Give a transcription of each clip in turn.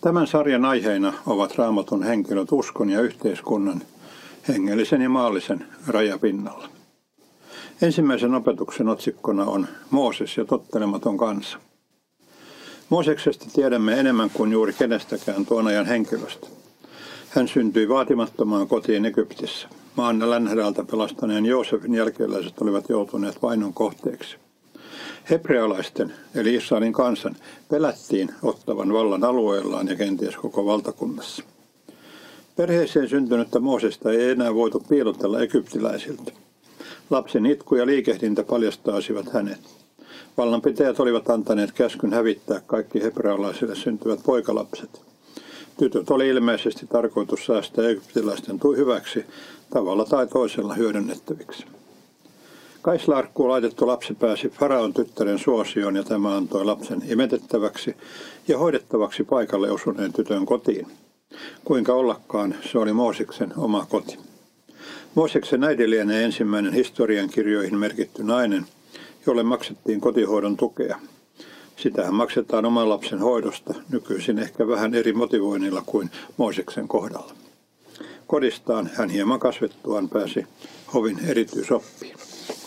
Tämän sarjan aiheina ovat Raamatun henkilöt uskon ja yhteiskunnan hengellisen ja maallisen rajapinnalla. Ensimmäisen opetuksen otsikkona on Mooses ja tottelematon kansa. Mooseksesta tiedämme enemmän kuin juuri kenestäkään tuon ajan henkilöstä. Hän syntyi vaatimattomaan kotiin Egyptissä. Maan nälänhädältä pelastaneen Joosefin jälkeläiset olivat joutuneet vainon kohteeksi. Hebrealaisten eli Israelin kansan pelättiin ottavan vallan alueellaan ja kenties koko valtakunnassa. Perheeseen syntynyttä Moosesta ei enää voitu piilotella egyptiläisiltä. Lapsen itku ja liikehdintä paljastaisivat hänet. Vallanpitäjät olivat antaneet käskyn hävittää kaikki hebrealaisille syntyvät poikalapset. Tytöt oli ilmeisesti tarkoitus säästää egyptiläisten hyväksi tavalla tai toisella hyödynnettäviksi. Kaislarkkuun laitettu lapsi pääsi Faraon tyttären suosioon ja tämä antoi lapsen imetettäväksi ja hoidettavaksi paikalle osuneen tytön kotiin. Kuinka ollakaan, se oli Mooseksen oma koti. Mooseksen äiti lienee ensimmäinen historiankirjoihin merkitty nainen, jolle maksettiin kotihoidon tukea. Sitähän maksetaan oman lapsen hoidosta, nykyisin ehkä vähän eri motivoinnilla kuin Mooseksen kohdalla. Kodistaan hän hieman kasvettuaan pääsi hovin erityisoppiin.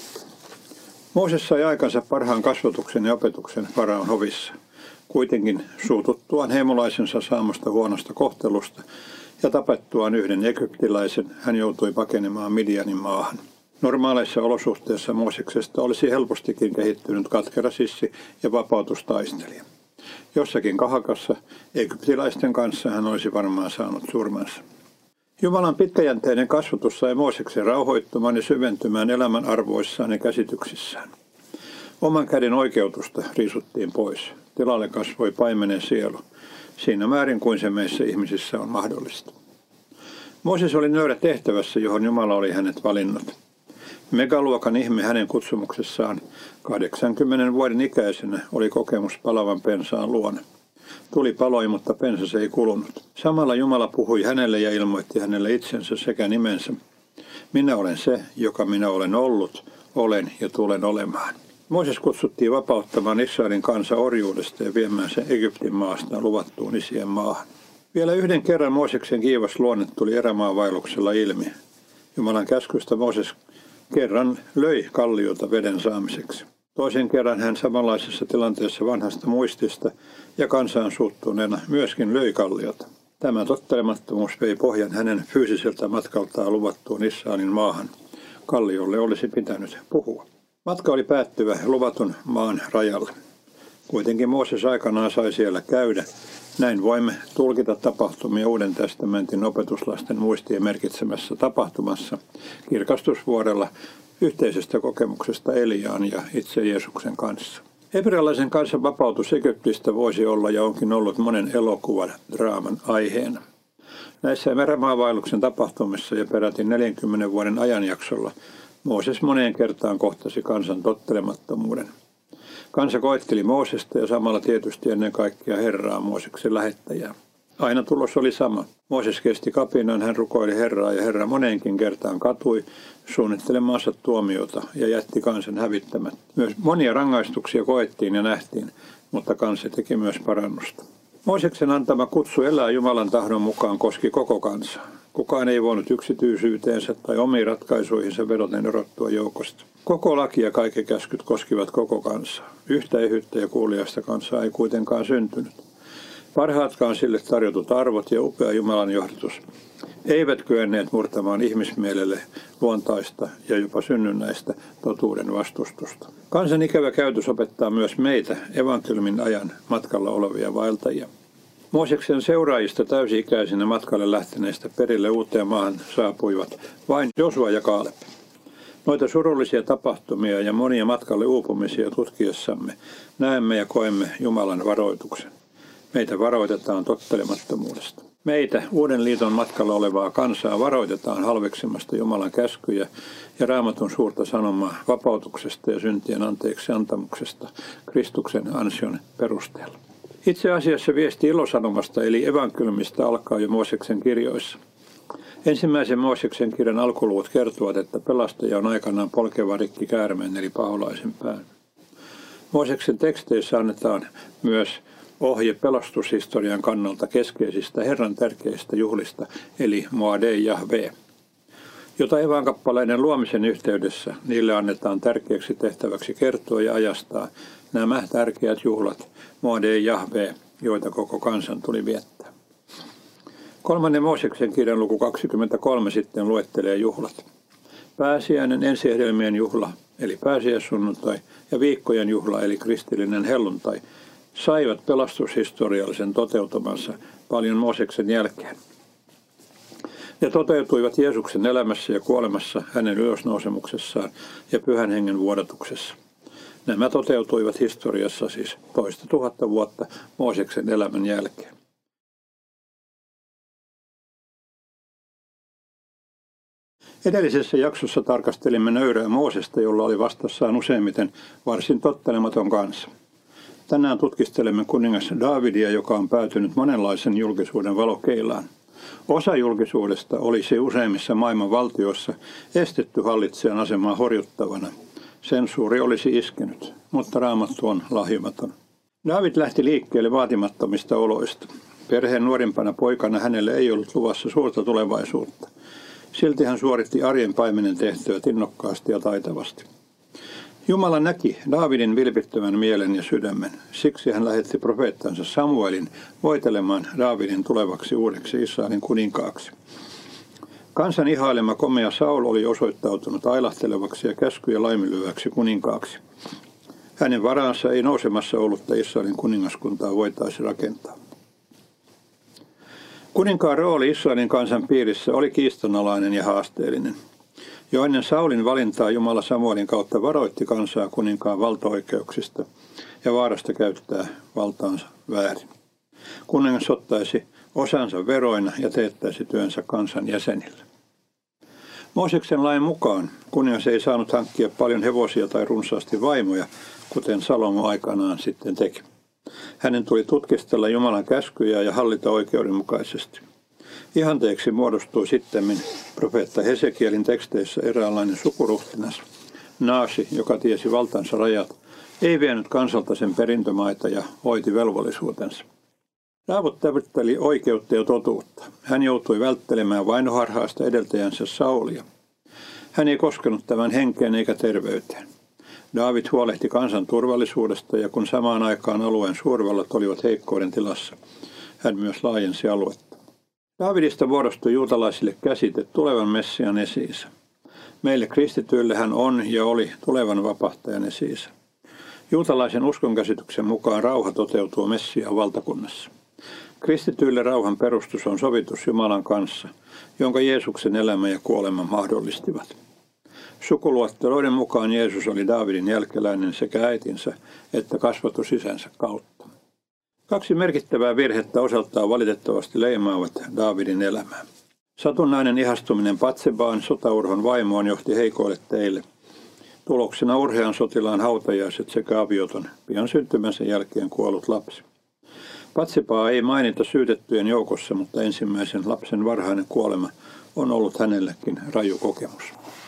Mooses sai aikansa parhaan kasvatuksen ja opetuksen Faraon hovissa. Kuitenkin suututtuaan heimolaisensa saamasta huonosta kohtelusta ja tapettuaan yhden egyptiläisen, hän joutui pakenemaan Midianin maahan. Normaaleissa olosuhteissa Mooseksesta olisi helpostikin kehittynyt katkera sissi ja vapautustaistelija. Jossakin kahakassa egyptiläisten kanssa hän olisi varmaan saanut surmansa. Jumalan pitkäjänteinen kasvatus sai Mooseksen rauhoittumaan ja syventymään elämän arvoissaan ja käsityksissään. Oman käden oikeutusta riisuttiin pois. Tilalle kasvoi paimenen sielu, siinä määrin kuin se meissä ihmisissä on mahdollista. Mooses oli nöyrä tehtävässä, johon Jumala oli hänet valinnut. Megaluokan ihme hänen kutsumuksessaan 80 vuoden ikäisenä oli kokemus palavan pensaan luona. Tuli paloi, mutta pensas ei kulunut. Samalla Jumala puhui hänelle ja ilmoitti hänelle itsensä sekä nimensä. Minä olen se, joka minä olen ollut, olen ja tulen olemaan. Mooses kutsuttiin vapauttamaan Israelin kansa orjuudesta ja viemään sen Egyptin maasta luvattuun isien maahan. Vielä yhden kerran Mooseksen kiivas luonne tuli erämaavaelluksella ilmi. Jumalan käskystä Mooses kerran löi kalliota veden saamiseksi. Toisen kerran hän samanlaisessa tilanteessa vanhasta muistista ja kansaan suuttuneena myöskin löi kalliota. Tämä tottelemattomuus vei pohjan hänen fyysiseltä matkaltaan luvattuun Israelin maahan. Kalliolle olisi pitänyt puhua. Matka oli päättyvä luvatun maan rajalle. Kuitenkin Mooses aikanaan sai siellä käydä. Näin voimme tulkita tapahtumia Uuden testamentin opetuslasten muistien merkitsemässä tapahtumassa kirkastusvuodella yhteisestä kokemuksesta Eliaan ja itse Jeesuksen kanssa. Hebrealaisen kansan vapautus Egyptistä voisi olla ja onkin ollut monen elokuvan draaman aiheena. Näissä erämaavaelluksen tapahtumissa ja peräti 40 vuoden ajanjaksolla Mooses moneen kertaan kohtasi kansan tottelemattomuuden. Kansa koetteli Moosesta ja samalla tietysti ennen kaikkea Herraa, Mooseksen lähettäjää. Aina tulos oli sama. Mooses kesti kapinan, hän rukoili Herraa ja Herra moneenkin kertaan katui suunnittelemaansa tuomiota ja jätti kansan hävittämät. Myös monia rangaistuksia koettiin ja nähtiin, mutta kansa teki myös parannusta. Mooseksen antama kutsu elää Jumalan tahdon mukaan koski koko kansaa. Kukaan ei voinut yksityisyyteensä tai omiin ratkaisuihinsa vedoten erottua joukosta. Koko laki ja kaikki käskyt koskivat koko kansaa. Yhtä ehyttä ja kuuliaista kansaa ei kuitenkaan syntynyt. Parhaatkaan sille tarjotut arvot ja upea Jumalan johdatus eivät kyenneet murtamaan ihmismielelle luontaista ja jopa synnynnäistä totuuden vastustusta. Kansan ikävä käytös opettaa myös meitä evankeliumin ajan matkalla olevia vaeltajia. Mooseksen seuraajista täysi-ikäisinä matkalle lähteneistä perille uuteen maahan saapuivat vain Josua ja Kaaleb. Noita surullisia tapahtumia ja monia matkalle uupumisia tutkiessamme näemme ja koemme Jumalan varoituksen. Meitä varoitetaan tottelemattomuudesta. Meitä, Uuden liiton matkalla olevaa kansaa, varoitetaan halveksimasta Jumalan käskyjä ja Raamatun suurta sanomaa vapautuksesta ja syntien anteeksi antamuksesta Kristuksen ansion perusteella. Itse asiassa viesti ilosanomasta eli evankeliumista alkaa jo Mooseksen kirjoissa. Ensimmäisen Mooseksen kirjan alkuluvut kertovat, että pelastaja on aikanaan polkeva rikki käärmeen eli paholaisen pään. Mooseksen teksteissä annetaan myös ohje pelastushistorian kannalta keskeisistä Herran tärkeistä juhlista, eli Moadei Jahve, jota evaankappaleiden luomisen yhteydessä niille annetaan tärkeäksi tehtäväksi kertoa ja ajastaa nämä tärkeät juhlat, Moadei Jahve, joita koko kansan tuli viettää. 3. Mooseksen kirjan luku 23 sitten luettelee juhlat. Pääsiäinen, ensihedelmien juhla, eli pääsiäissunnuntai, ja viikkojen juhla, eli kristillinen helluntai, saivat pelastushistoriallisen toteutumansa paljon Mooseksen jälkeen. Ne toteutuivat Jeesuksen elämässä ja kuolemassa, hänen ylösnousemuksessaan ja Pyhän Hengen vuodatuksessa. Nämä toteutuivat historiassa siis toista tuhatta vuotta Mooseksen elämän jälkeen. Edellisessä jaksossa tarkastelimme nöyrää Moosesta, jolla oli vastassaan useimmiten varsin tottelematon kansa. Tänään tutkistelemme kuningas Daavidia, joka on päätynyt monenlaisen julkisuuden valokeilaan. Osa julkisuudesta olisi useimmissa maailman valtioissa estetty hallitsijan asemaa horjuttavana. Sensuuri olisi iskenyt, mutta Raamattu on lahjomaton. Daavid lähti liikkeelle vaatimattomista oloista. Perheen nuorimpana poikana hänelle ei ollut luvassa suurta tulevaisuutta. Silti hän suoritti arjen paimenen tehtävät innokkaasti ja taitavasti. Jumala näki Daavidin vilpittömän mielen ja sydämen. Siksi hän lähetti profeettansa Samuelin voitelemaan Daavidin tulevaksi uudeksi Israelin kuninkaaksi. Kansan ihailema komea Saul oli osoittautunut ailahtelevaksi ja käskyjä laiminlyöväksi kuninkaaksi. Hänen varaansa ei nousemassa ollutta Israelin kuningaskuntaa voitaisi rakentaa. Kuninkaan rooli Israelin kansan piirissä oli kiistanalainen ja haasteellinen. Jo ennen Saulin valintaa Jumala Samuelin kautta varoitti kansaa kuninkaan valtaoikeuksista ja vaarasta käyttää valtaansa väärin. Kuningas ottaisi osansa veroina ja teettäisi työnsä kansan jäsenille. Mooseksen lain mukaan kuningas ei saanut hankkia paljon hevosia tai runsaasti vaimoja, kuten Salomo aikanaan sitten teki. Hänen tuli tutkistella Jumalan käskyjä ja hallita oikeudenmukaisesti. Ihanteeksi muodostui sittemmin profeetta Hesekielin teksteissä eräänlainen sukuruhtinas, Naasi, joka tiesi valtansa rajat, ei vienyt kansalta sen perintömaita ja hoiti velvollisuutensa. David tavoitteli oikeutta ja totuutta. Hän joutui välttelemään vainoharhaista edeltäjänsä Saulia. Hän ei koskenut tämän henkeen eikä terveyteen. Daavid huolehti kansan turvallisuudesta ja kun samaan aikaan alueen suurvallat olivat heikkouden tilassa, hän myös laajensi aluetta. Daavidista muodostui juutalaisille käsite tulevan Messian esi-isä. Meille kristityille hän on ja oli tulevan vapahtajan esi-isä. Juutalaisen uskonkäsityksen mukaan rauha toteutuu Messiaan valtakunnassa. Kristityille rauhan perustus on sovitus Jumalan kanssa, jonka Jeesuksen elämä ja kuolema mahdollistivat. Sukuluetteloiden mukaan Jeesus oli Daavidin jälkeläinen sekä äitinsä että kasvatusisänsä kautta. 2 merkittävää virhettä osaltaan valitettavasti leimaavat Daavidin elämää. Satunnainen ihastuminen Batsebaan sotaurhon vaimoon johti heikoille teille. Tuloksena urhean sotilaan hautajaiset sekä avioton, pian syntymänsä jälkeen kuollut lapsi. Batsebaa ei mainita syytettyjen joukossa, mutta ensimmäisen lapsen varhainen kuolema on ollut hänellekin raju kokemus.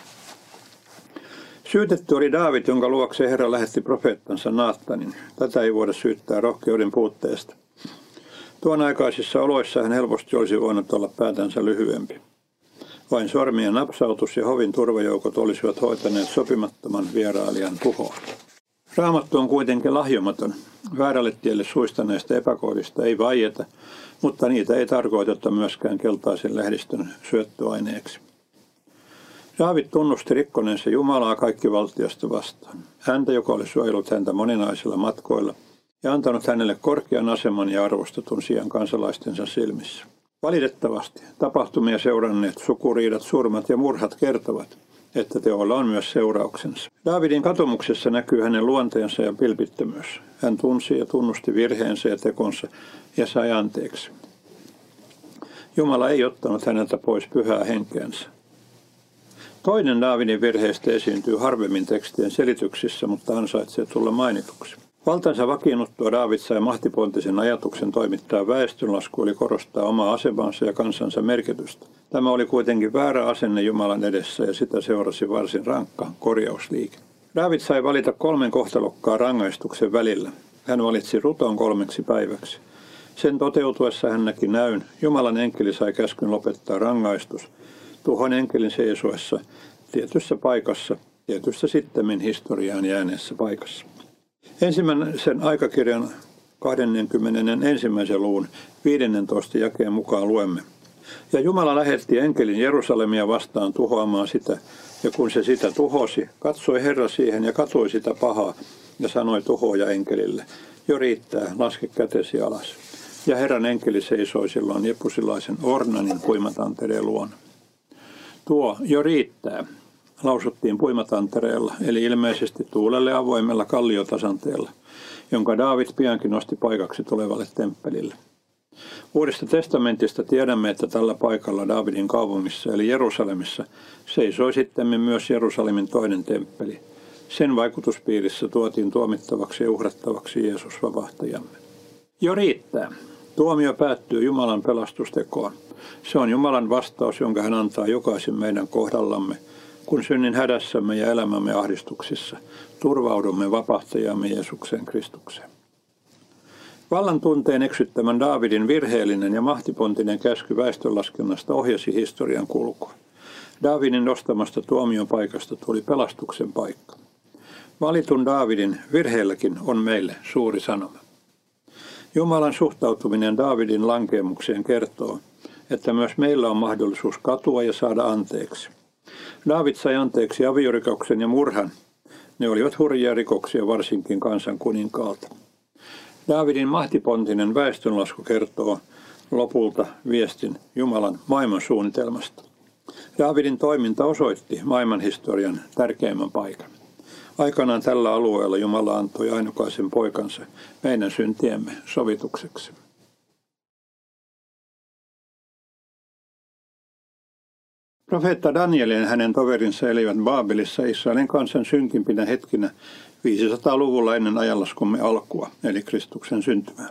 Syytetty oli Daavid, jonka luokse Herra lähetti profeettansa Naatanin. Tätä ei voida syyttää rohkeuden puutteesta. Tuon aikaisissa oloissa hän helposti olisi voinut olla päätänsä lyhyempi. Vain sormien napsautus ja hovin turvajoukot olisivat hoitaneet sopimattoman vierailijan tuhoa. Raamattu on kuitenkin lahjomaton. Väärälle tielle suistaneista epäkohdista ei vaieta, mutta niitä ei tarkoiteta myöskään keltaisen lehdistön syöttöaineeksi. Daavid tunnusti rikkoneensa Jumalaa kaikkivaltiasta vastaan. Häntä, joka oli suojellut häntä moninaisilla matkoilla ja antanut hänelle korkean aseman ja arvostetun sijan kansalaistensa silmissä. Valitettavasti tapahtumia seuranneet sukuriidat, surmat ja murhat kertovat, että teoilla on myös seurauksensa. Daavidin katumuksessa näkyy hänen luonteensa ja pilpittömyys. Hän tunsi ja tunnusti virheensä ja tekonsa ja sai anteeksi. Jumala ei ottanut häneltä pois pyhää henkeänsä. Toinen Daavidin virheistä esiintyy harvemmin tekstien selityksissä, mutta ansaitsee tulla mainituksi. Valtansa vakiinnuttua Daavid sai mahtipontisen ajatuksen toimittaa väestönlasku eli korostaa omaa asemansa ja kansansa merkitystä. Tämä oli kuitenkin väärä asenne Jumalan edessä ja sitä seurasi varsin rankka korjausliike. Daavid sai valita 3 kohtalokkaan rangaistuksen välillä. Hän valitsi ruton 3 päiväksi. Sen toteutuessa hän näki näyn. Jumalan enkeli sai käskyn lopettaa rangaistus. Tuhon enkelin seisoessa tietyssä paikassa, tietyssä sittemmin historiaan jääneessä paikassa. Ensimmäisen aikakirjan 21. luvun 15. jakeen mukaan luemme. Ja Jumala lähetti enkelin Jerusalemia vastaan tuhoamaan sitä. Ja kun se sitä tuhosi, katsoi Herra siihen ja katoi sitä pahaa ja sanoi tuhoaja enkelille. Jo riittää, laske kätesi alas. Ja Herran enkeli seisoi silloin jebusilaisen Ornanin puimatantereen luona. Tuo jo riittää, lausuttiin puimatantereella, eli ilmeisesti tuulelle avoimella kalliotasanteella, jonka Daavid piankin nosti paikaksi tulevalle temppelille. Uudesta testamentista tiedämme, että tällä paikalla Daavidin kaupungissa eli Jerusalemissa seisoi sittemmin myös Jerusalemin toinen temppeli. Sen vaikutuspiirissä tuotiin tuomittavaksi ja uhrattavaksi Jeesus vapahtajamme. Jo riittää. Tuomio päättyy Jumalan pelastustekoon. Se on Jumalan vastaus, jonka hän antaa jokaisen meidän kohdallamme, kun synnin hädässämme ja elämämme ahdistuksissa turvaudumme vapahtajamme Jeesukseen Kristukseen. Vallan tunteen eksyttämän Daavidin virheellinen ja mahtipontinen käsky väestönlaskennasta ohjasi historian kulkua. Daavidin nostamasta tuomiopaikasta tuli pelastuksen paikka. Valitun Daavidin virheelläkin on meille suuri sanoma. Jumalan suhtautuminen Daavidin lankeemukseen kertoo, että myös meillä on mahdollisuus katua ja saada anteeksi. Daavid sai anteeksi aviorikoksen ja murhan. Ne olivat hurjia rikoksia varsinkin kansan kuninkaalta. Daavidin mahtipontinen väestönlasku kertoo lopulta viestin Jumalan maailmansuunnitelmasta. Daavidin toiminta osoitti maailmanhistorian tärkeimmän paikan. Aikanaan tällä alueella Jumala antoi ainokaisen poikansa meidän syntiemme sovitukseksi. Profeetta Daniel ja hänen toverinsa elivät Baabelissa Israelin kansan synkimpinä hetkinä 500-luvulla ennen ajanlaskumme alkua, eli Kristuksen syntymää.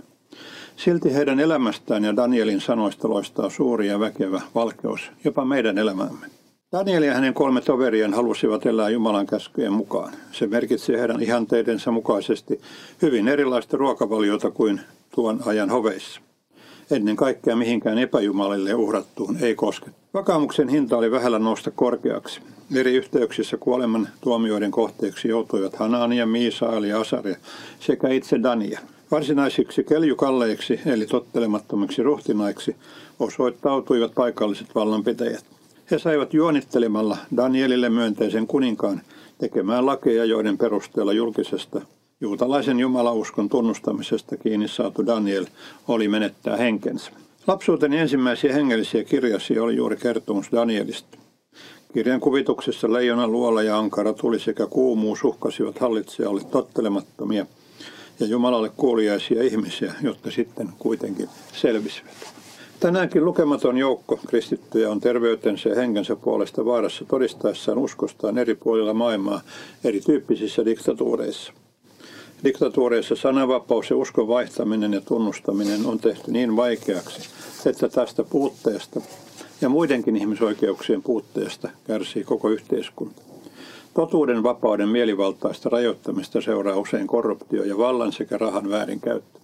Silti heidän elämästään ja Danielin sanoista loistaa suuri ja väkevä valkeus jopa meidän elämäämme. Daniel ja hänen 3 toveriaan halusivat elää Jumalan käskyjen mukaan. Se merkitsi heidän ihanteidensa mukaisesti hyvin erilaista ruokavaliota kuin tuon ajan hoveissa. Ennen kaikkea mihinkään epäjumalille uhrattuun ei koske. Vakaumuksen hinta oli vähällä nousta korkeaksi. Eri yhteyksissä kuoleman tuomioiden kohteeksi joutuivat Hanania, Miisael ja Asaria sekä itse Daniel. Varsinaisiksi keljukalleiksi eli tottelemattomiksi ruhtinaiksi osoittautuivat paikalliset vallanpitäjät. He saivat juonittelemalla Danielille myönteisen kuninkaan tekemään lakeja, joiden perusteella julkisesta juutalaisen jumalauskon tunnustamisesta kiinni saatu Daniel oli menettää henkensä. Lapsuuteni ensimmäisiä hengellisiä kirjasia oli juuri kertomus Danielista. Kirjan kuvituksessa leijonan luola ja ankara tuli sekä kuumuus uhkasivat hallitsijalle tottelemattomia ja Jumalalle kuuliaisia ihmisiä, jotka sitten kuitenkin selvisivät. Tänäänkin lukematon joukko kristittyjä on terveytensä ja henkensä puolesta vaarassa todistaessaan uskostaan eri puolilla maailmaa erityyppisissä diktatuureissa. Diktatuureissa sananvapaus ja uskon vaihtaminen ja tunnustaminen on tehty niin vaikeaksi, että tästä puutteesta ja muidenkin ihmisoikeuksien puutteesta kärsii koko yhteiskunta. Totuuden vapauden mielivaltaista rajoittamista seuraa usein korruptio ja vallan sekä rahan väärinkäyttö.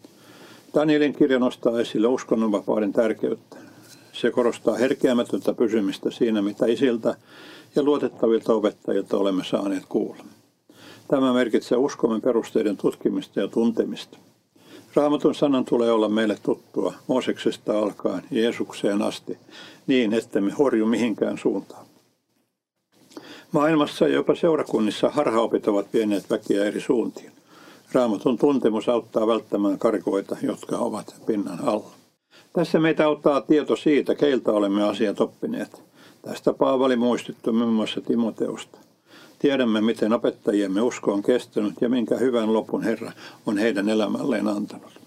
Danielin kirja nostaa esille uskonnonvapauden tärkeyttä. Se korostaa herkeämätöntä pysymistä siinä, mitä isiltä ja luotettavilta opettajilta olemme saaneet kuulla. Tämä merkitsee uskomme perusteiden tutkimista ja tuntemista. Raamatun sanan tulee olla meille tuttua Mooseksesta alkaen Jeesukseen asti, niin ettemme horju mihinkään suuntaan. Maailmassa ja jopa seurakunnissa harhaopit ovat vieneet väkeä eri suuntiin. Raamatun tuntemus auttaa välttämään karikoita, jotka ovat pinnan alla. Tässä meitä auttaa tieto siitä, keiltä olemme asiat oppineet. Tästä Paavali muistuttu muun muassa Timoteusta. Tiedämme, miten opettajiemme usko on kestänyt ja minkä hyvän lopun Herra on heidän elämälleen antanut.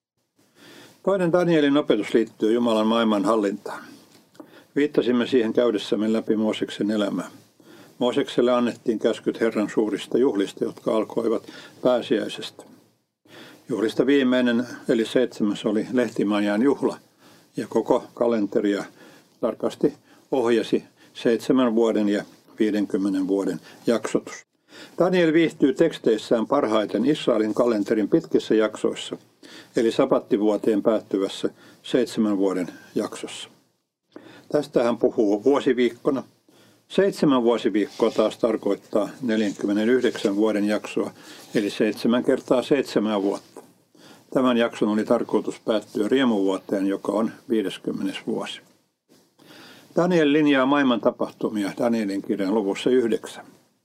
Toinen Danielin opetus liittyy Jumalan maailman hallintaan. Viittasimme siihen käydessämme läpi Mooseksen elämää. Moosekselle annettiin käskyt Herran suurista juhlista, jotka alkoivat pääsiäisestä. Juhlista viimeinen, eli 7. oli lehtimajan juhla, ja koko kalenteria tarkasti ohjasi 7 vuoden ja 50 vuoden jaksotus. Daniel viihtyy teksteissään parhaiten Israelin kalenterin pitkissä jaksoissa, eli sabattivuoteen päättyvässä 7 vuoden jaksossa. Tästä hän puhuu vuosiviikkona. 7 vuosiviikkoa taas tarkoittaa 49 vuoden jaksoa, eli 7 kertaa 7 vuotta. Tämän jakson oli tarkoitus päättyä riemuvuoteen, joka on 50. vuosi. Daniel linjaa maailman tapahtumia Danielin kirjan luvussa 9.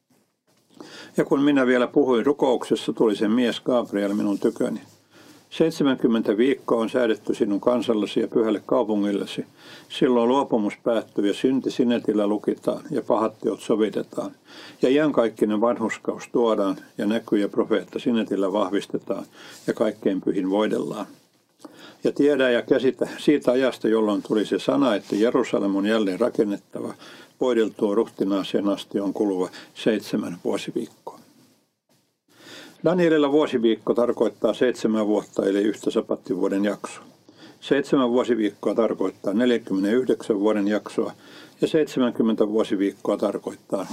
Ja kun minä vielä puhuin rukouksessa, tuli se mies Gabriel minun tyköni. 70 viikkoa on säädetty sinun kansallasi ja pyhälle kaupungillesi. Silloin luopumus päättyy ja synti sinetillä lukitaan ja pahat teot sovitetaan. Ja iankaikkinen vanhurskaus tuodaan ja näky ja profeetta sinetillä vahvistetaan ja kaikkein pyhin voidellaan. Ja tiedä ja käsitä siitä ajasta, jolloin tuli se sana, että Jerusalem on jälleen rakennettava. Voideltua ruhtinaaseen asti on kuluva 7 vuosiviikkoa. Danielilla vuosiviikko tarkoittaa 7 vuotta eli yhtä sabattivuoden jaksoa. 7 vuosiviikkoa tarkoittaa 49 vuoden jaksoa ja 70 vuosiviikkoa tarkoittaa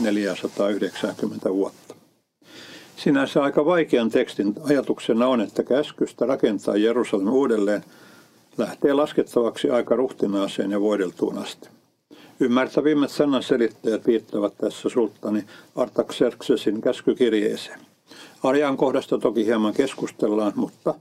490 vuotta. Sinänsä aika vaikean tekstin ajatuksena on, että käskystä rakentaa Jerusalem uudelleen lähtee laskettavaksi aika ruhtinaaseen ja voideltuun asti. Ymmärtävimmät sananselittäjät viittavat tässä sulttani Artaxerxesin käskykirjeeseen. Ajankohdasta toki hieman keskustellaan, mutta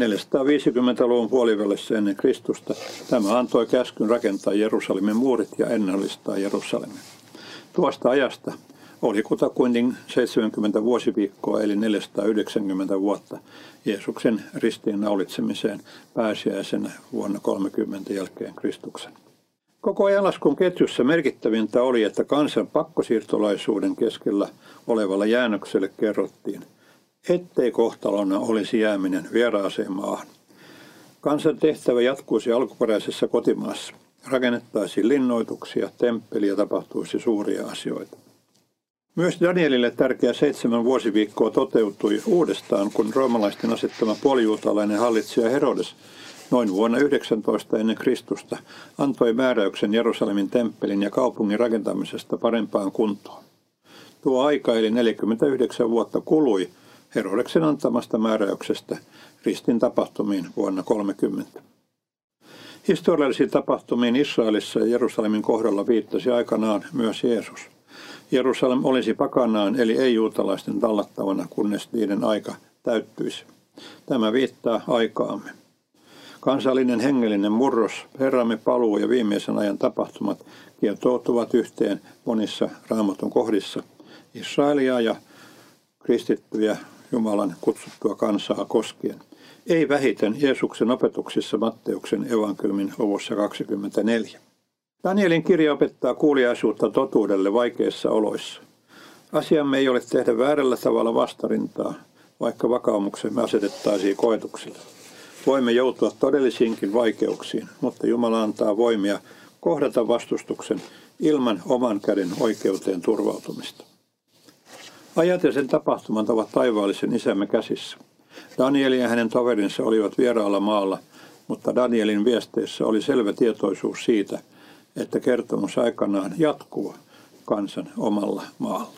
450-luvun puolivälissä ennen Kristusta tämä antoi käskyn rakentaa Jerusalemin muurit ja ennallistaa Jerusalemin. Tuosta ajasta oli kutakuinkin 70 vuosiviikkoa eli 490 vuotta Jeesuksen ristiinnaulitsemiseen pääsiäisenä vuonna 30 jälkeen Kristuksen. Koko ajanlaskun ketjussa merkittävintä oli, että kansan pakkosiirtolaisuuden keskellä olevalle jäännökselle kerrottiin, ettei kohtalona olisi jääminen vieraaseen maahan. Kansan tehtävä jatkuisi alkuperäisessä kotimaassa. Rakennettaisiin linnoituksia, temppeliä, tapahtuisi suuria asioita. Myös Danielille tärkeä 7 vuosiviikkoa toteutui uudestaan, kun roomalaisten asettama puolijuutalainen hallitsija Herodes noin vuonna 19 ennen Kristusta antoi määräyksen Jerusalemin temppelin ja kaupungin rakentamisesta parempaan kuntoon. Tuo aika eli 49 vuotta kului Herodeksen antamasta määräyksestä ristin tapahtumiin vuonna 30. Historiallisiin tapahtumiin Israelissa ja Jerusalemin kohdalla viittasi aikanaan myös Jeesus. Jerusalem olisi pakanaan eli ei-juutalaisten tallattavana, kunnes niiden aika täyttyisi. Tämä viittaa aikaamme. Kansallinen hengellinen murros, Herramme paluu ja viimeisen ajan tapahtumat kietoutuvat yhteen monissa Raamatun kohdissa Israelia ja kristittyjä Jumalan kutsuttua kansaa koskien. Ei vähiten Jeesuksen opetuksissa Matteuksen evankeliumin luvussa 24. Danielin kirja opettaa kuuliaisuutta totuudelle vaikeissa oloissa. Asiamme ei ole tehdä väärällä tavalla vastarintaa, vaikka vakaumuksemme asetettaisiin koetuksille. Voimme joutua todellisiinkin vaikeuksiin, mutta Jumala antaa voimia kohdata vastustuksen ilman oman käden oikeuteen turvautumista. Ajat ja sen tapahtumat ovat taivaallisen isämme käsissä. Daniel ja hänen toverinsa olivat vieraalla maalla, mutta Danielin viesteissä oli selvä tietoisuus siitä, että kertomus aikanaan jatkuu kansan omalla maalla.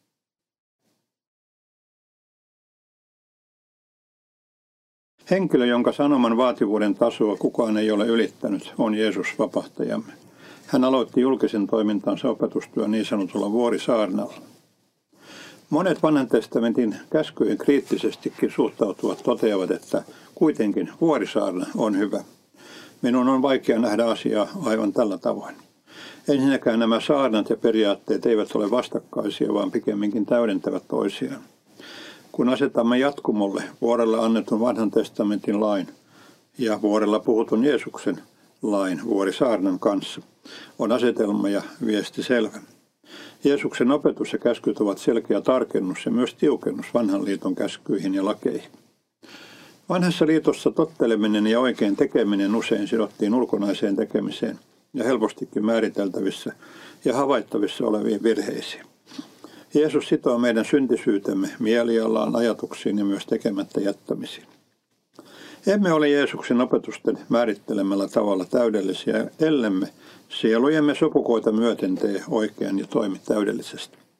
Henkilö, jonka sanoman vaativuuden tasoa kukaan ei ole ylittänyt, on Jeesus vapahtajamme. Hän aloitti julkisen toimintansa opetustyön niin sanotulla vuorisaarnalla. Monet vanhan testamentin käskyjen kriittisestikin suhtautuvat toteavat, että kuitenkin vuorisaarna on hyvä. Minun on vaikea nähdä asiaa aivan tällä tavoin. Ensinnäkään nämä saarnat ja periaatteet eivät ole vastakkaisia, vaan pikemminkin täydentävät toisiaan. Kun asetamme jatkumolle vuorella annetun vanhan testamentin lain ja vuorella puhutun Jeesuksen lain vuorisaarnan kanssa, on asetelma ja viesti selvä. Jeesuksen opetus ja käskyt ovat selkeä tarkennus ja myös tiukennus vanhan liiton käskyihin ja lakeihin. Vanhassa liitossa totteleminen ja oikein tekeminen usein sidottiin ulkonaiseen tekemiseen ja helpostikin määriteltävissä ja havaittavissa oleviin virheisiin. Jeesus sitoo meidän syntisyytemme mielialaan, ajatuksiin ja myös tekemättä jättämisiin. Emme ole Jeesuksen opetusten määrittelemällä tavalla täydellisiä, ellemme sielujemme sukukoita myöten tee oikein ja toimi täydellisesti.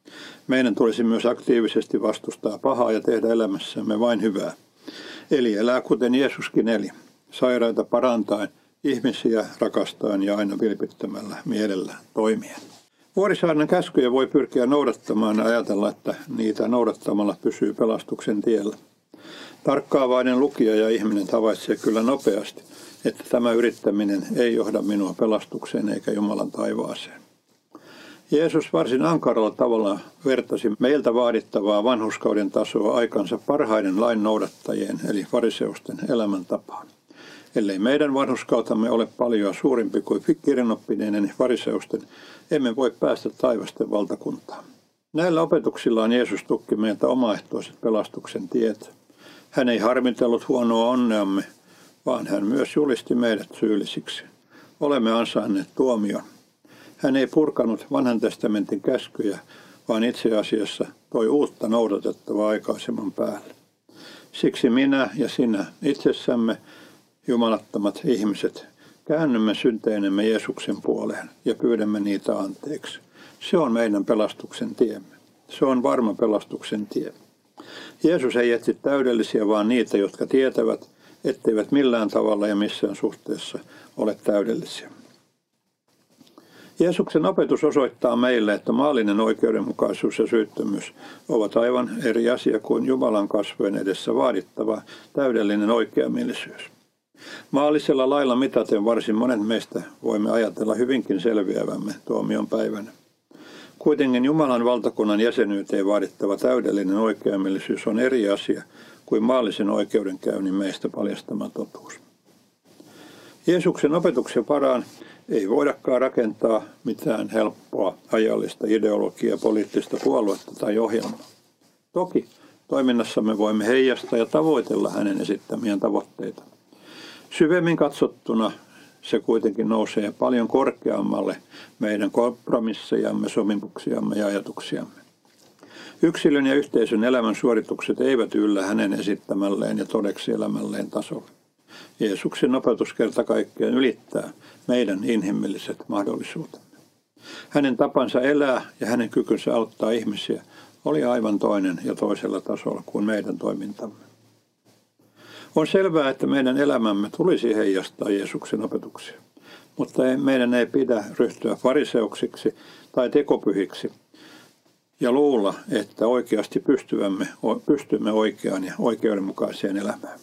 Meidän tulisi myös aktiivisesti vastustaa pahaa ja tehdä elämässämme vain hyvää. Eli elää kuten Jeesuskin eli, sairaita parantaen, ihmisiä rakastaen ja aina vilpittömällä mielellä toimien. Vuorisaarnan käskyjä voi pyrkiä noudattamaan ja ajatella, että niitä noudattamalla pysyy pelastuksen tiellä. Tarkkaavainen lukija ja ihminen havaitsee kyllä nopeasti, että tämä yrittäminen ei johda minua pelastukseen eikä Jumalan taivaaseen. Jeesus varsin ankaralla tavalla vertasi meiltä vaadittavaa vanhurskauden tasoa aikansa parhaiden lain noudattajien eli fariseusten elämäntapaan. Ellei meidän vanhurskautamme ole paljon suurempi kuin kirjanoppineiden fariseusten, emme voi päästä taivasten valtakuntaan. Näillä opetuksillaan Jeesus tukki meiltä omaehtoiset pelastuksen tiet. Hän ei harmitellut huonoa onneamme, vaan hän myös julisti meidät syyllisiksi. Olemme ansainneet tuomion. Hän ei purkanut vanhan testamentin käskyjä, vaan itse asiassa toi uutta noudatettavaa aikaisemman päälle. Siksi minä ja sinä itsessämme, jumalattomat ihmiset, käännymme synteinemme Jeesuksen puoleen ja pyydämme niitä anteeksi. Se on meidän pelastuksen tiemme. Se on varma pelastuksen tie. Jeesus ei etsi täydellisiä, vaan niitä, jotka tietävät, etteivät millään tavalla ja missään suhteessa ole täydellisiä. Jeesuksen opetus osoittaa meille, että maallinen oikeudenmukaisuus ja syyttömyys ovat aivan eri asia kuin Jumalan kasvojen edessä vaadittava täydellinen oikeamielisyys. Maallisella lailla mitaten varsin monet meistä voimme ajatella hyvinkin selviävämme tuomion päivänä. Kuitenkin Jumalan valtakunnan jäsenyyteen vaadittava täydellinen oikeamielisyys on eri asia kuin maallisen oikeudenkäynnin meistä paljastama totuus. Jeesuksen opetuksen varaan ei voidakaan rakentaa mitään helppoa ajallista ideologiaa, poliittista puoluetta tai ohjelmaa. Toki toiminnassamme voimme heijastaa ja tavoitella hänen esittämiään tavoitteita. Syvemmin katsottuna se kuitenkin nousee paljon korkeammalle meidän kompromissejamme, sopimuksiamme ja ajatuksiamme. Yksilön ja yhteisön elämän suoritukset eivät yllä hänen esittämälleen ja todeksi elämälleen tasolle. Jeesuksen opetus kerta kaikkiaan ylittää meidän inhimilliset mahdollisuutemme. Hänen tapansa elää ja hänen kykynsä auttaa ihmisiä oli aivan toinen ja toisella tasolla kuin meidän toimintamme. On selvää, että meidän elämämme tulisi heijastaa Jeesuksen opetuksia, mutta meidän ei pidä ryhtyä fariseuksiksi tai tekopyhiksi ja luulla, että oikeasti pystymme oikeaan ja oikeudenmukaiseen elämään.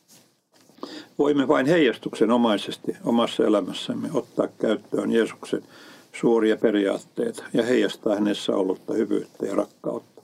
Voimme vain heijastuksenomaisesti omassa elämässämme ottaa käyttöön Jeesuksen suuria periaatteita ja heijastaa hänessä ollutta hyvyyttä ja rakkautta.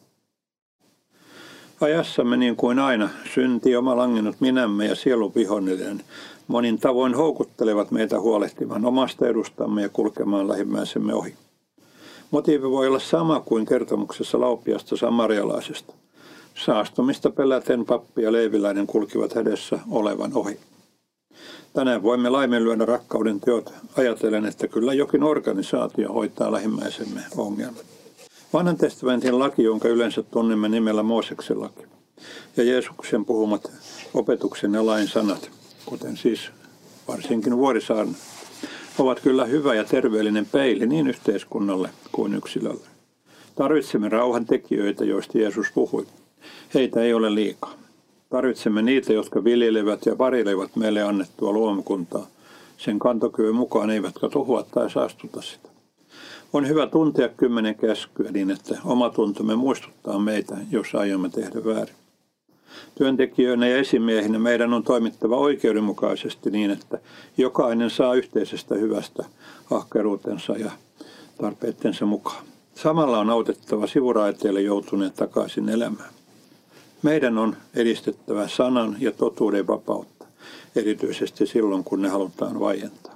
Ajassamme niin kuin aina synti, oma langennut minämme ja sielun vihollinen monin tavoin houkuttelevat meitä huolehtimaan omasta edustamme ja kulkemaan lähimmäisemme ohi. Motiivi voi olla sama kuin kertomuksessa laupiasta samarialaisesta. Saastumista peläten pappi ja leiviläinen kulkivat edessä olevan ohi. Tänään voimme laiminlyödä rakkauden teot ajatellen, että kyllä jokin organisaatio hoitaa lähimmäisemme ongelmat. Vanhan testamentin laki, jonka yleensä tunnemme nimellä Mooseksen laki, ja Jeesuksen puhumat opetuksen ja lain sanat, kuten siis varsinkin Vuorisaarna, ovat kyllä hyvä ja terveellinen peili niin yhteiskunnalle kuin yksilölle. Tarvitsemme rauhantekijöitä, joista Jeesus puhui. Heitä ei ole liikaa. Tarvitsemme niitä, jotka viljelevät ja varjelevat meille annettua luomakuntaa. Sen kantokyvyn mukaan eivätkä tuhoa tai saastuta sitä. On hyvä tuntea 10 käskyä niin, että oma tuntomme muistuttaa meitä, jos aiomme tehdä väärin. Työntekijöinä ja esimiehinä meidän on toimittava oikeudenmukaisesti niin, että jokainen saa yhteisestä hyvästä ahkeruutensa ja tarpeittensa mukaan. Samalla on autettava sivuraiteille joutuneet takaisin elämään. Meidän on edistettävä sanan ja totuuden vapautta, erityisesti silloin, kun ne halutaan vaientaa.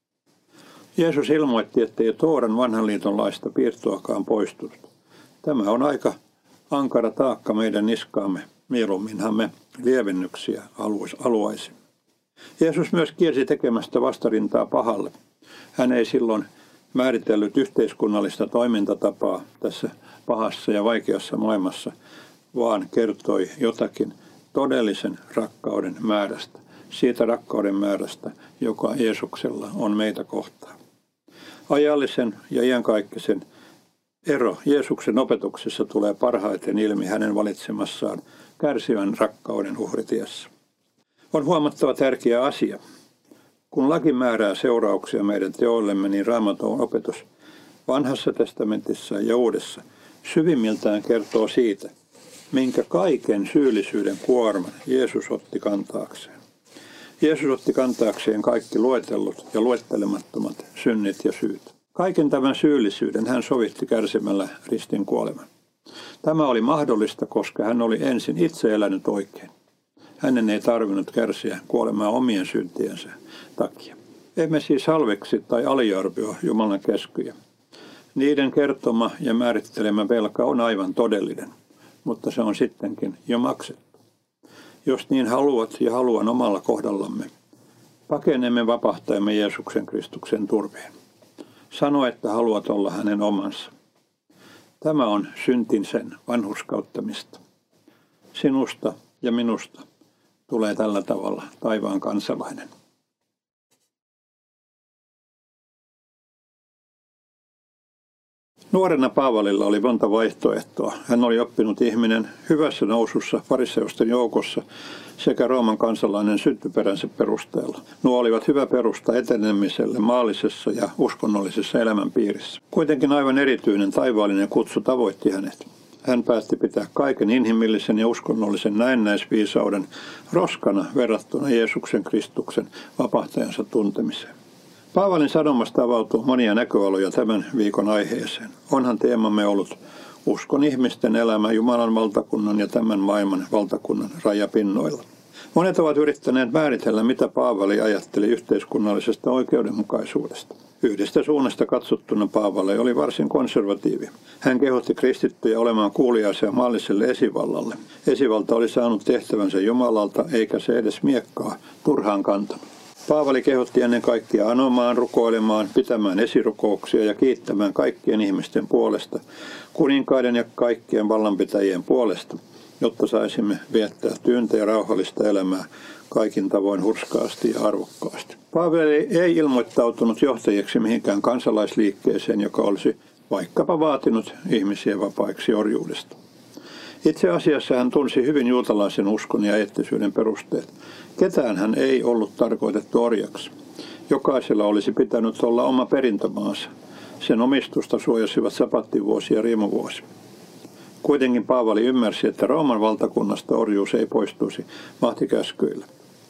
Jeesus ilmoitti, ettei Tooran vanhan liiton laista piirtoakaan poistunut. Tämä on aika ankara taakka meidän niskaamme. Mieluumminhan me lievennyksiä haluaisimme. Jeesus myös kielsi tekemästä vastarintaa pahalle. Hän ei silloin määritellyt yhteiskunnallista toimintatapaa tässä pahassa ja vaikeassa maailmassa, vaan kertoi jotakin todellisen rakkauden määrästä, siitä rakkauden määrästä, joka Jeesuksella on meitä kohtaan. Ajallisen ja iankaikkisen Ero Jeesuksen opetuksessa tulee parhaiten ilmi hänen valitsemassaan kärsivän rakkauden uhritiessä. On huomattava tärkeä asia. Kun laki määrää seurauksia meidän teoillemme, niin Raamatun opetus Vanhassa testamentissa ja Uudessa syvimmiltään kertoo siitä, minkä kaiken syyllisyyden kuorman Jeesus otti kantaakseen. Jeesus otti kantaakseen kaikki luetellut ja luettelemattomat synnit ja syyt. Kaiken tämän syyllisyyden hän sovitti kärsimällä ristin kuoleman. Tämä oli mahdollista, koska hän oli ensin itse elänyt oikein. Hänen ei tarvinnut kärsiä kuolemaa omien syntiensä takia. Emme siis halveksi tai aliarvioi Jumalan käskyjä. Niiden kertoma ja määrittelemä velka on aivan todellinen, mutta se on sittenkin jo maksettu. Jos niin haluat ja haluan omalla kohdallamme, pakenemme vapahtajamme Jeesuksen Kristuksen turveen. Sano, että haluat olla hänen omansa. Tämä on syntin sen vanhurskauttamista. Sinusta ja minusta tulee tällä tavalla taivaan kansalainen. Nuorena Paavalilla oli monta vaihtoehtoa. Hän oli oppinut ihminen hyvässä nousussa fariseusten joukossa sekä Rooman kansalainen syntyperänsä perusteella. Nuo olivat hyvä perusta etenemiselle maallisessa ja uskonnollisessa elämänpiirissä. Kuitenkin aivan erityinen taivaallinen kutsu tavoitti hänet. Hän päätti pitää kaiken inhimillisen ja uskonnollisen näennäisviisauden roskana verrattuna Jeesuksen Kristuksen vapahtajansa tuntemiseen. Paavalin sanomasta avautuu monia näköaloja tämän viikon aiheeseen. Onhan teemamme ollut uskon ihmisten elämä Jumalan valtakunnan ja tämän maailman valtakunnan rajapinnoilla. Monet ovat yrittäneet määritellä, mitä Paavali ajatteli yhteiskunnallisesta oikeudenmukaisuudesta. Yhdestä suunnasta katsottuna Paavali oli varsin konservatiivi. Hän kehotti kristittyjä olemaan kuuliaisia maalliselle esivallalle. Esivalta oli saanut tehtävänsä Jumalalta, eikä se edes miekkaa turhaan kantanut. Paavali kehotti ennen kaikkea anomaan, rukoilemaan, pitämään esirukouksia ja kiittämään kaikkien ihmisten puolesta, kuninkaiden ja kaikkien vallanpitäjien puolesta, jotta saisimme viettää tyyntä ja rauhallista elämää kaikin tavoin hurskaasti ja arvokkaasti. Paavali ei ilmoittautunut johtajiksi mihinkään kansalaisliikkeeseen, joka olisi vaikkapa vaatinut ihmisiä vapaiksi orjuudesta. Itse asiassa hän tunsi hyvin juutalaisen uskon ja eettisyyden perusteet. Ketään hän ei ollut tarkoitettu orjaksi. Jokaisella olisi pitänyt olla oma perintömaansa. Sen omistusta suojasivat sapattivuosi ja riemuvuosi. Kuitenkin Paavali ymmärsi, että Rooman valtakunnasta orjuus ei poistuisi mahtikäskyillä.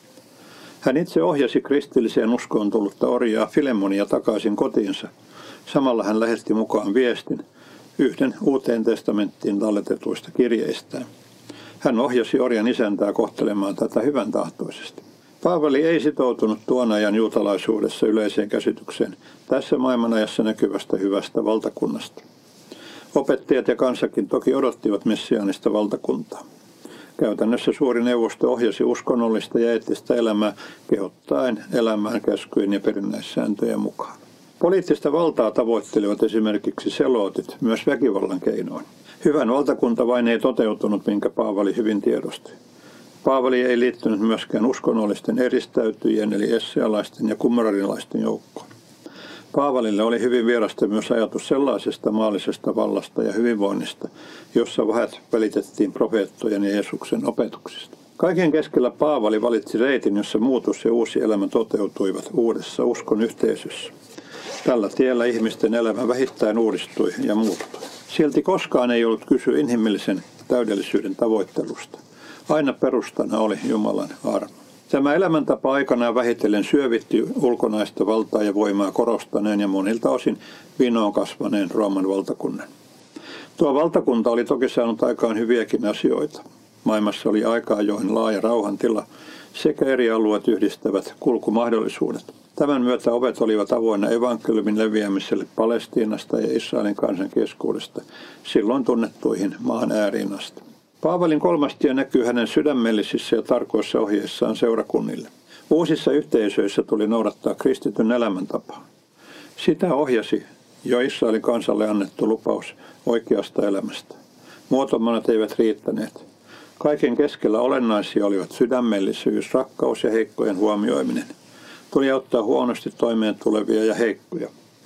Hän itse ohjasi kristilliseen uskoon tullutta orjaa Filemonia takaisin kotiinsa. Samalla hän lähetti mukaan viestin yhden Uuteen testamenttiin talletetuista kirjeistään. Hän ohjasi orjan isäntää kohtelemaan tätä hyvän tahtoisesti. Paavali ei sitoutunut tuon ajan juutalaisuudessa yleiseen käsitykseen tässä maailmanajassa näkyvästä hyvästä valtakunnasta. Opettajat ja kansakin toki odottivat messiaanista valtakuntaa. Käytännössä suuri neuvosto ohjasi uskonnollista ja eettistä elämää kehottaen elämään käskyjen ja perinnäissääntöjen mukaan. Poliittista valtaa tavoittelivat esimerkiksi selootit myös väkivallan keinoin. Hyvän valtakunta vain ei toteutunut, minkä Paavali hyvin tiedosti. Paavali ei liittynyt myöskään uskonnollisten eristäytyjien eli essealaisten ja kumaranilaisten joukkoon. Paavalille oli hyvin vierasta myös ajatus sellaisesta maallisesta vallasta ja hyvinvoinnista, jossa vähät välitettiin profeettojen ja Jeesuksen opetuksista. Kaiken keskellä Paavali valitsi reitin, jossa muutos ja uusi elämä toteutuivat uudessa uskon yhteisössä. Tällä tiellä ihmisten elämä vähittäin uudistui ja muuttui. Silti koskaan ei ollut kyse inhimillisen täydellisyyden tavoittelusta. Aina perustana oli Jumalan armo. Tämä elämäntapa aikanaan vähitellen syövitti ulkonaista valtaa ja voimaa korostaneen ja monilta osin vinoon kasvaneen Rooman valtakunnan. Tuo valtakunta oli toki saanut aikaan hyviäkin asioita. Maailmassa oli aika ajoin laaja rauhantila sekä eri alueet yhdistävät kulkumahdollisuudet. Tämän myötä ovet olivat avoinna evankeliumin leviämiselle Palestiinasta ja Israelin kansan keskuudesta silloin tunnettuihin maan ääriin asti. Paavalin kolmas tie näkyy hänen sydämellisissä ja tarkoissa ohjeissaan seurakunnille. Uusissa yhteisöissä tuli noudattaa kristityn elämäntapaa. Sitä ohjasi jo Israelin kansalle annettu lupaus oikeasta elämästä. Muotomanat eivät riittäneet. Kaiken keskellä olennaisia olivat sydämellisyys, rakkaus ja heikkojen huomioiminen. Tuli auttaa huonosti toimeen tulevia ja heikkoja.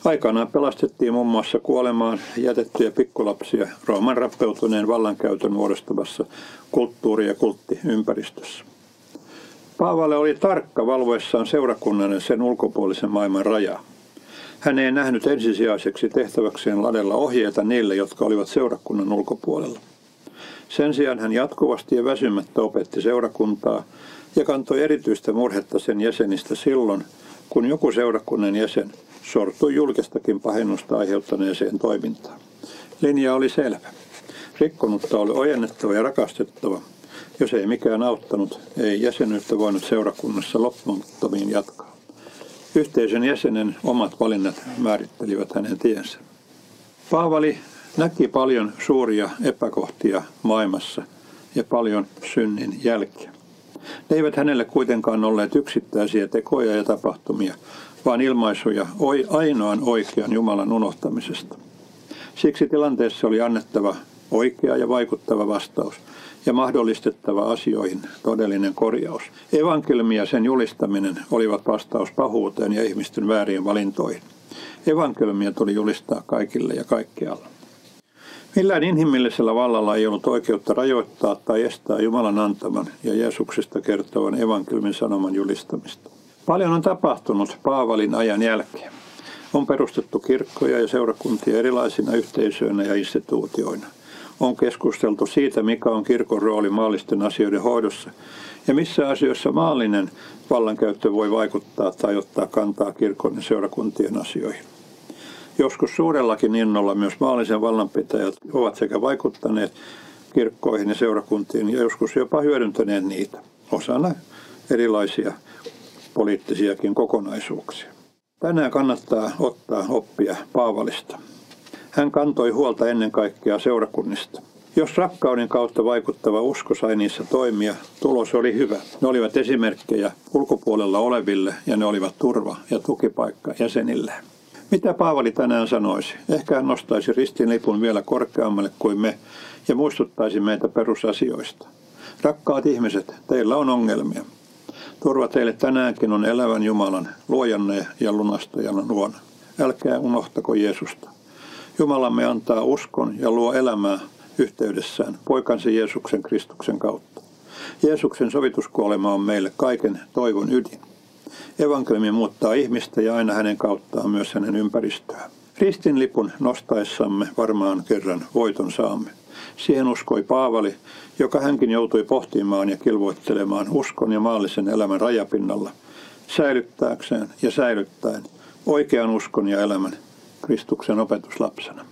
Aikanaan pelastettiin muun muassa kuolemaan jätettyjä pikkulapsia Rooman rappeutuneen vallankäytön muodostamassa kulttuuri- ja kulttiympäristössä. Paavali oli tarkka valvoessaan seurakunnan ja sen ulkopuolisen maailman rajaa. Hän ei nähnyt ensisijaiseksi tehtäväkseen ladella ohjeita niille, jotka olivat seurakunnan ulkopuolella. Sen sijaan hän jatkuvasti ja väsymättä opetti seurakuntaa ja kantoi erityistä murhetta sen jäsenistä silloin, kun joku seurakunnan jäsen sortui julkistakin pahennusta aiheuttaneeseen toimintaan. Linja oli selvä. Rikkonutta oli ojennettava ja rakastettava. Jos ei mikään auttanut, ei jäsenyyttä voinut seurakunnassa loppumattomiin jatkaa. Yhteisön jäsenen omat valinnat määrittelivät hänen tiensä. Paavali näki paljon suuria epäkohtia maailmassa ja paljon synnin jälkiä. Ne eivät hänelle kuitenkaan olleet yksittäisiä tekoja ja tapahtumia, vaan ilmaisuja ainoan oikean Jumalan unohtamisesta. Siksi tilanteessa oli annettava oikea ja vaikuttava vastaus ja mahdollistettava asioihin todellinen korjaus. Evankeliumi ja sen julistaminen olivat vastaus pahuuteen ja ihmisten vääriin valintoihin. Evankeliumia tuli julistaa kaikille ja kaikkialla. Millään inhimillisellä vallalla ei ollut oikeutta rajoittaa tai estää Jumalan antaman ja Jeesuksesta kertovan evankeliumin sanoman julistamista. Paljon on tapahtunut Paavalin ajan jälkeen. On perustettu kirkkoja ja seurakuntia erilaisina yhteisöinä ja instituutioina. On keskusteltu siitä, mikä on kirkon rooli maallisten asioiden hoidossa ja missä asioissa maallinen vallankäyttö voi vaikuttaa tai ottaa kantaa kirkon ja seurakuntien asioihin. Joskus suurellakin innolla myös maallisen vallanpitäjät ovat sekä vaikuttaneet kirkkoihin ja seurakuntiin ja joskus jopa hyödyntäneet niitä osana erilaisia poliittisiakin kokonaisuuksia. Tänään kannattaa ottaa oppia Paavalista. Hän kantoi huolta ennen kaikkea seurakunnista. Jos rakkauden kautta vaikuttava usko sai niissä toimia, tulos oli hyvä. Ne olivat esimerkkejä ulkopuolella oleville ja ne olivat turva ja tukipaikka jäsenilleen. Mitä Paavali tänään sanoisi? Ehkä hän nostaisi ristinlipun vielä korkeammalle kuin me ja muistuttaisi meitä perusasioista. Rakkaat ihmiset, teillä on ongelmia. Turva teille tänäänkin on elävän Jumalan, luojanne ja lunastajan luona. Älkää unohtako Jeesusta. Jumalamme antaa uskon ja luo elämää yhteydessään poikansa Jeesuksen Kristuksen kautta. Jeesuksen sovituskuolema on meille kaiken toivon ydin. Evankeliumi muuttaa ihmistä ja aina hänen kauttaan myös hänen ympäristöään. Ristinlipun nostaessamme varmaan kerran voiton saamme. Siihen uskoi Paavali, joka hänkin joutui pohtimaan ja kilvoittelemaan uskon ja maallisen elämän rajapinnalla, säilyttääkseen ja säilyttäen oikean uskon ja elämän Kristuksen opetuslapsena.